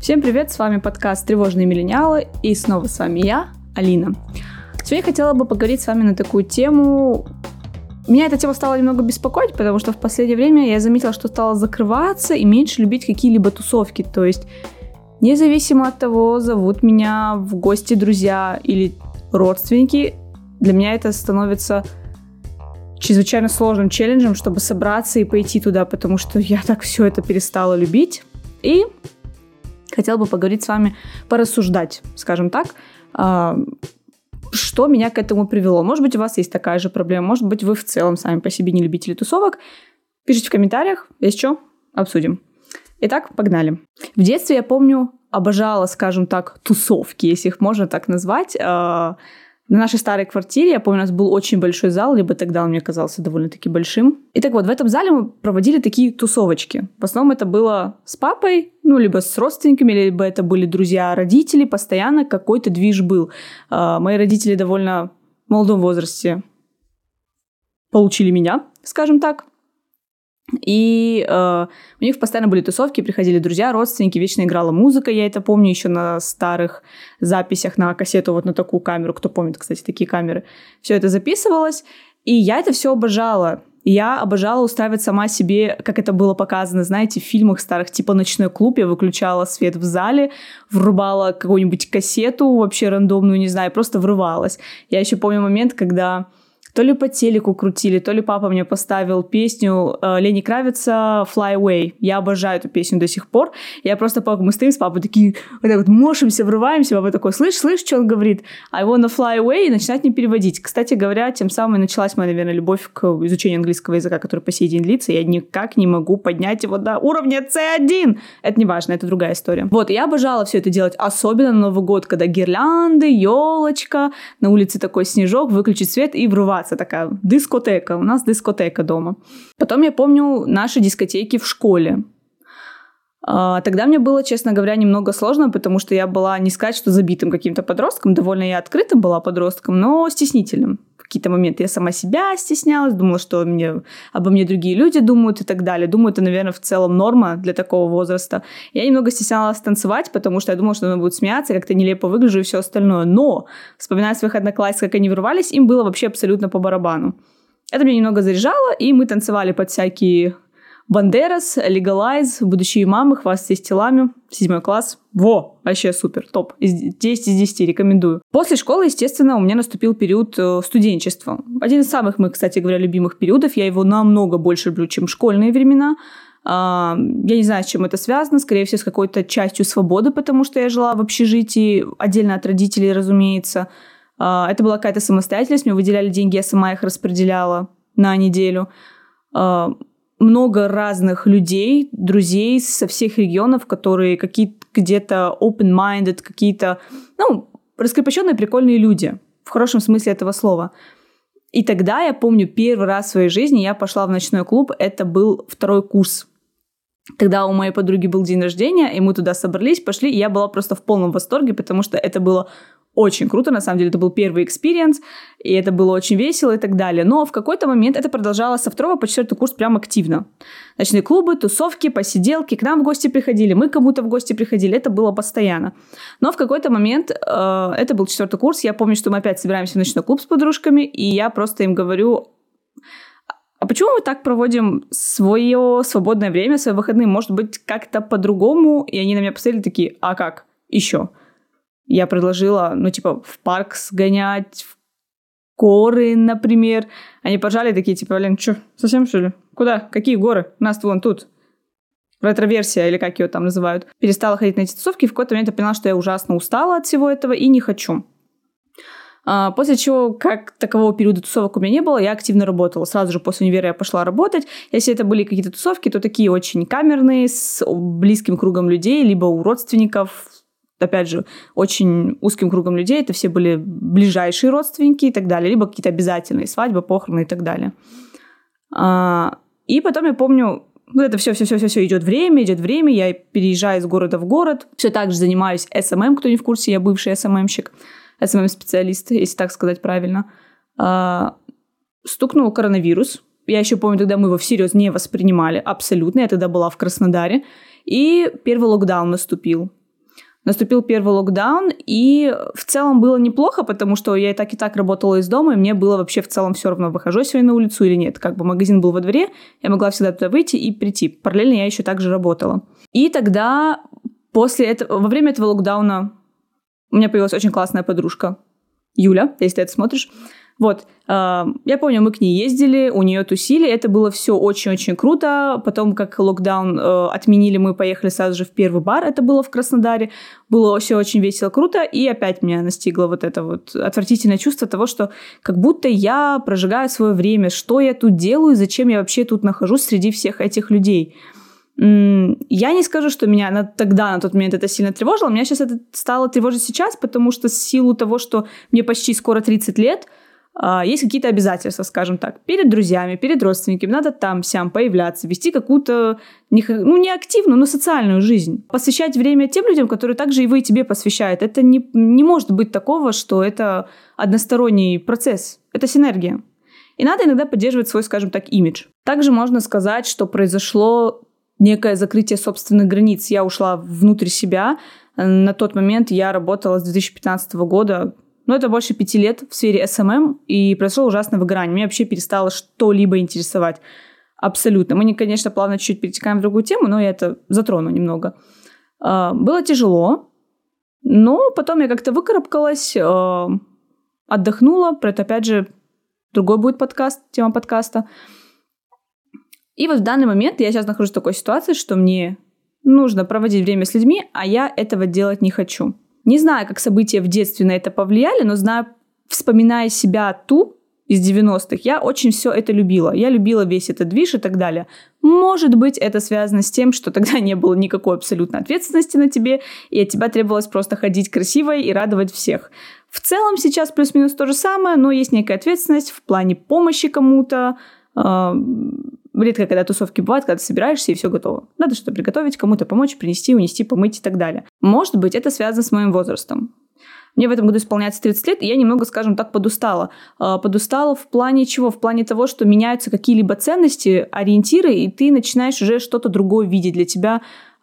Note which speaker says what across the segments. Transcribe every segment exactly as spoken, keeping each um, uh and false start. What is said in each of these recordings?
Speaker 1: Всем привет, с вами подкаст «Тревожные миллениалы», и снова с вами я, Алина. Сегодня я хотела бы поговорить с вами на такую тему. Меня эта тема стала немного беспокоить, потому что в последнее время я заметила, что стала закрываться и меньше любить какие-либо тусовки. То есть, независимо от того, зовут меня в гости друзья или родственники, для меня это становится чрезвычайно сложным челленджем, чтобы собраться и пойти туда, потому что я так все это перестала любить. И хотела бы поговорить с вами, порассуждать, скажем так, что меня к этому привело. Может быть, у вас есть такая же проблема, может быть, вы в целом сами по себе не любители тусовок. Пишите в комментариях, если что, обсудим. Итак, погнали. В детстве, я помню, обожала, скажем так, тусовки, если их можно так назвать. На нашей старой квартире, я помню, у нас был очень большой зал, либо тогда он мне казался довольно-таки большим. И так вот, в этом зале мы проводили такие тусовочки. В основном это было с папой, ну, либо с родственниками, либо это были друзья родителей. Постоянно какой-то движ был. Мои родители довольно в молодом возрасте получили меня, скажем так. И э, у них постоянно были тусовки, приходили друзья, родственники, вечно играла музыка, я это помню еще на старых записях на кассету, вот на такую камеру, кто помнит, кстати, такие камеры, все это записывалось, и я это все обожала. Я обожала устраивать сама себе, как это было показано, знаете, в фильмах старых, типа «Ночной клуб». Я выключала свет в зале, врубала какую-нибудь кассету вообще рандомную, не знаю, просто врывалась. Я еще помню момент, когда то ли по телеку крутили, то ли папа мне поставил песню э, Лени Кравица «Fly Away». Я обожаю эту песню до сих пор. Я просто помню, мы стоим с папой такие, вот так вот мошимся, врываемся. Папа такой, слышь, слышь, что он говорит? I wanna fly away, и начинает мне переводить. Кстати говоря, тем самым и началась моя, наверное, любовь к изучению английского языка, который по сей день длится. Я никак не могу поднять его до уровня си один. Это не важно, это другая история. Вот, я обожала все это делать, особенно на Новый год, когда гирлянды, елочка, на улице такой снежок, выключить свет и врываться. Такая дискотека. У нас дискотека дома. Потом я помню наши дискотеки в школе. Тогда мне было, честно говоря, немного сложно, потому что я была, не сказать, что забитым каким-то подростком, довольно я открытым была подростком, но стеснительным. В какие-то моменты я сама себя стеснялась, думала, что мне, обо мне другие люди думают и так далее. Думаю, это, наверное, в целом норма для такого возраста. Я немного стеснялась танцевать, потому что я думала, что она будет смеяться, как-то нелепо выгляжу и все остальное. Но, вспоминая своих одноклассников, как они вырвались, им было вообще абсолютно по барабану. Это меня немного заряжало, и мы танцевали под всякие Бандерас, Legalize, будущие мамы, хвастаясь телами, седьмой класс. Во, вообще супер, топ. десять из десяти, рекомендую. После школы, естественно, у меня наступил период студенчества. Один из самых моих, кстати говоря, любимых периодов. Я его намного больше люблю, чем школьные времена. Я не знаю, с чем это связано. Скорее всего, с какой-то частью свободы, потому что я жила в общежитии, отдельно от родителей, разумеется. Это была какая-то самостоятельность. Мне выделяли деньги, я сама их распределяла на неделю. Много разных людей, друзей со всех регионов, которые какие-то где-то open-minded, какие-то, ну, раскрепощенные прикольные люди, в хорошем смысле этого слова. И тогда, я помню, первый раз в своей жизни я пошла в ночной клуб, это был второй курс. Тогда у моей подруги был день рождения, и мы туда собрались, пошли, и я была просто в полном восторге, потому что это было очень круто, на самом деле, это был первый экспириенс, и это было очень весело и так далее. Но в какой-то момент это продолжалось со второго по четвертый курс прям активно. Ночные клубы, тусовки, посиделки, к нам в гости приходили, мы кому-то в гости приходили, это было постоянно. Но в какой-то момент, э, это был четвертый курс, я помню, что мы опять собираемся в ночной клуб с подружками, и я просто им говорю: а почему мы так проводим свое свободное время, свои выходные? Может быть, как-то по-другому? И они на меня посмотрели такие: а как? Еще. Я предложила, ну, типа, в парк сгонять, в горы, например. Они пожали такие, типа: блин, что, совсем что ли? Куда? Какие горы? У нас вон тут. Ретро-версия, или как ее там называют. Перестала ходить на эти тусовки, и в какой-то момент я поняла, что я ужасно устала от всего этого и не хочу. А, после чего, как такового периода тусовок у меня не было, я активно работала. Сразу же после универа я пошла работать. Если это были какие-то тусовки, то такие очень камерные, с близким кругом людей, либо у родственников, опять же, очень узким кругом людей. Это все были ближайшие родственники и так далее. Либо какие-то обязательные свадьбы, похороны и так далее. А, и потом я помню, вот это все-все-все-все идет время, идет время. Я переезжаю из города в город. Все так же занимаюсь эс эм эм, кто не в курсе, я бывший эс эм эм-щик. эс эм эм-специалист, если так сказать правильно. А, стукнул коронавирус. Я еще помню, тогда мы его всерьез не воспринимали абсолютно. Я тогда была в Краснодаре. И первый локдаун наступил. Наступил первый локдаун, и в целом было неплохо, потому что я и так, и так работала из дома, и мне было вообще в целом все равно, выхожу я сегодня на улицу или нет. Как бы магазин был во дворе, я могла всегда туда выйти и прийти. Параллельно я еще также работала. И тогда, после этого, во время этого локдауна у меня появилась очень классная подружка, Юля, если ты это смотришь. Вот, э, я помню, мы к ней ездили, у нее тусили, это было все очень-очень круто. Потом, как локдаун э, отменили, мы поехали сразу же в первый бар, это было в Краснодаре. Было все очень весело, круто, и опять меня настигло вот это вот отвратительное чувство того, что как будто я прожигаю свое время, что я тут делаю, зачем я вообще тут нахожусь среди всех этих людей. Я не скажу, что меня на, тогда, на тот момент это сильно тревожило, меня сейчас это стало тревожить сейчас, потому что в силу того, что мне почти скоро тридцать лет, есть какие-то обязательства, скажем так, перед друзьями, перед родственниками, надо там-сям появляться, вести какую-то, ну, не активную, но социальную жизнь. Посвящать время тем людям, которые также его и тебе посвящают. Это не, не может быть такого, что это односторонний процесс, это синергия. И надо иногда поддерживать свой, скажем так, имидж. Также можно сказать, что произошло некое закрытие собственных границ. Я ушла внутрь себя. На тот момент я работала с две тысячи пятнадцатого года, ну, это больше пяти лет в сфере эс эм эм, и произошло ужасное выгорание. Меня вообще перестало что-либо интересовать. Абсолютно. Мы, конечно, плавно чуть-чуть перетекаем в другую тему, но я это затрону немного. Было тяжело, но потом я как-то выкарабкалась, отдохнула. Про это, опять же, другой будет подкаст, тема подкаста. И вот в данный момент я сейчас нахожусь в такой ситуации, что мне нужно проводить время с людьми, а я этого делать не хочу. Не знаю, как события в детстве на это повлияли, но знаю, вспоминая себя ту из девяностых, я очень все это любила. Я любила весь этот движ и так далее. Может быть, это связано с тем, что тогда не было никакой абсолютной ответственности на тебе, и от тебя требовалось просто ходить красивой и радовать всех. В целом сейчас плюс-минус то же самое, но есть некая ответственность в плане помощи кому-то. Редко, когда тусовки бывают, когда ты собираешься и все готово. Надо что-то приготовить, кому-то помочь, принести, унести, помыть и так далее. Может быть, это связано с моим возрастом. Мне в этом году исполняется тридцать лет, и я немного, скажем так, подустала. Подустала в плане чего? В плане того, что меняются какие-либо ценности, ориентиры, и ты начинаешь уже что-то другое видеть для тебя.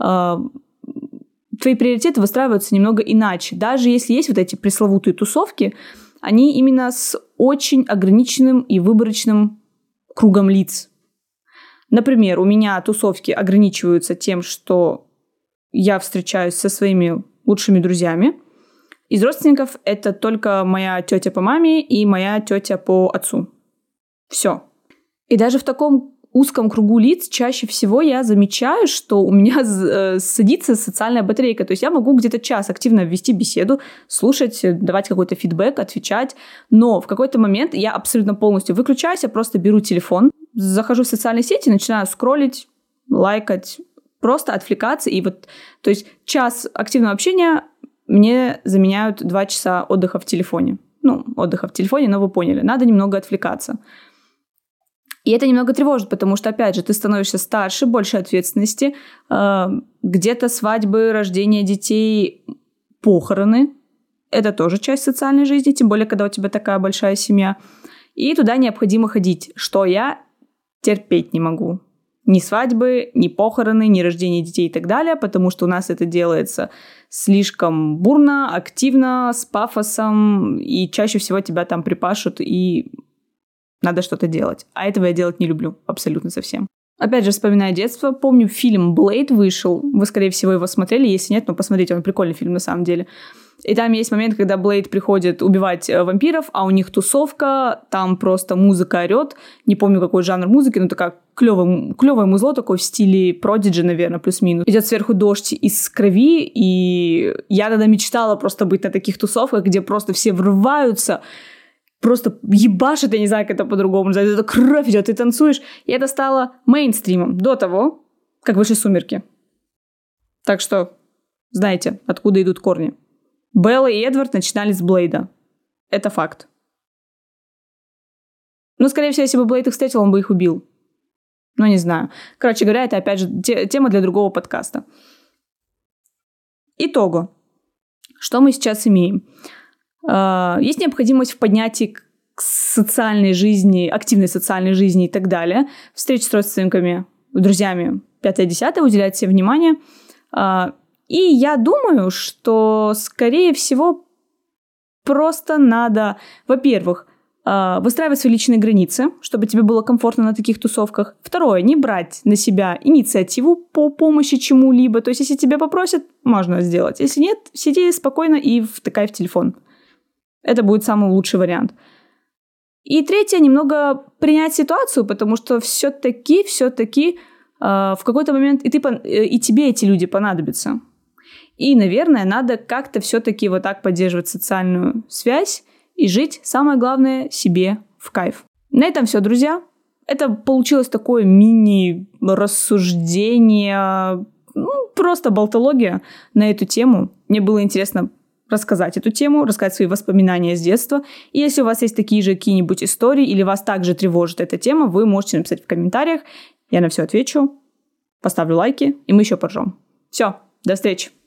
Speaker 1: Твои приоритеты выстраиваются немного иначе. Даже если есть вот эти пресловутые тусовки, они именно с очень ограниченным и выборочным кругом лиц. Например, у меня тусовки ограничиваются тем, что я встречаюсь со своими лучшими друзьями. Из родственников это только моя тетя по маме и моя тетя по отцу. Все. И даже в таком узком кругу лиц чаще всего я замечаю, что у меня э, садится социальная батарейка. То есть я могу где-то час активно вести беседу, слушать, давать какой-то фидбэк, отвечать. Но в какой-то момент я абсолютно полностью выключаюсь, я просто беру телефон, захожу в социальные сети, начинаю скроллить, лайкать, просто отвлекаться. И вот, то есть час активного общения мне заменяют два часа отдыха в телефоне. Ну, отдыха в телефоне, но вы поняли. Надо немного отвлекаться. И это немного тревожит, потому что, опять же, ты становишься старше, больше ответственности. Где-то свадьбы, рождение детей, похороны. Это тоже часть социальной жизни, тем более, когда у тебя такая большая семья. И туда необходимо ходить, что я терпеть не могу. Ни свадьбы, ни похороны, ни рождение детей и так далее, потому что у нас это делается слишком бурно, активно, с пафосом, и чаще всего тебя там припашут, и надо что-то делать. А этого я делать не люблю абсолютно совсем. Опять же, вспоминая детство, помню, фильм «Блейд» вышел. Вы, скорее всего, его смотрели. Если нет, ну, посмотрите, он прикольный фильм на самом деле. И там есть момент, когда Блейд приходит убивать вампиров, а у них тусовка, там просто музыка орёт. Не помню, какой жанр музыки, но такая клёвое, клёвое музло такое в стиле Prodigy, наверное, плюс-минус. Идет сверху дождь из крови, и я тогда мечтала просто быть на таких тусовках, где просто все врываются, просто ебашит, я не знаю, как это по-другому назвать, это кровь идет, ты танцуешь. И это стало мейнстримом до того, как вышли «Сумерки». Так что знаете, откуда идут корни. Белла и Эдвард начинали с Блейда. Это факт. Ну, скорее всего, если бы Блейд их встретил, он бы их убил. Ну, не знаю. Короче говоря, это, опять же, те- тема для другого подкаста. Итого. Что мы сейчас имеем? Есть необходимость в поднятии к социальной жизни, активной социальной жизни и так далее. Встречи с родственниками, друзьями, пятое-десятое, уделять себе внимание. И я думаю, что, скорее всего, просто надо, во-первых, выстраивать свои личные границы, чтобы тебе было комфортно на таких тусовках. Второе, не брать на себя инициативу по помощи чему-либо. То есть, если тебя попросят, можно сделать. Если нет, сиди спокойно и втыкай в телефон. Это будет самый лучший вариант. И третье, немного принять ситуацию, потому что все-таки, все-таки э, в какой-то момент и, ты, и тебе эти люди понадобятся. И, наверное, надо как-то все-таки вот так поддерживать социальную связь и жить, самое главное, себе в кайф. На этом все, друзья. Это получилось такое мини-рассуждение, ну, просто болтология на эту тему. Мне было интересно рассказать эту тему, рассказать свои воспоминания с детства. И если у вас есть такие же какие-нибудь истории или вас также тревожит эта тема, вы можете написать в комментариях. Я на все отвечу, поставлю лайки, и мы еще поржем. Все, до встречи!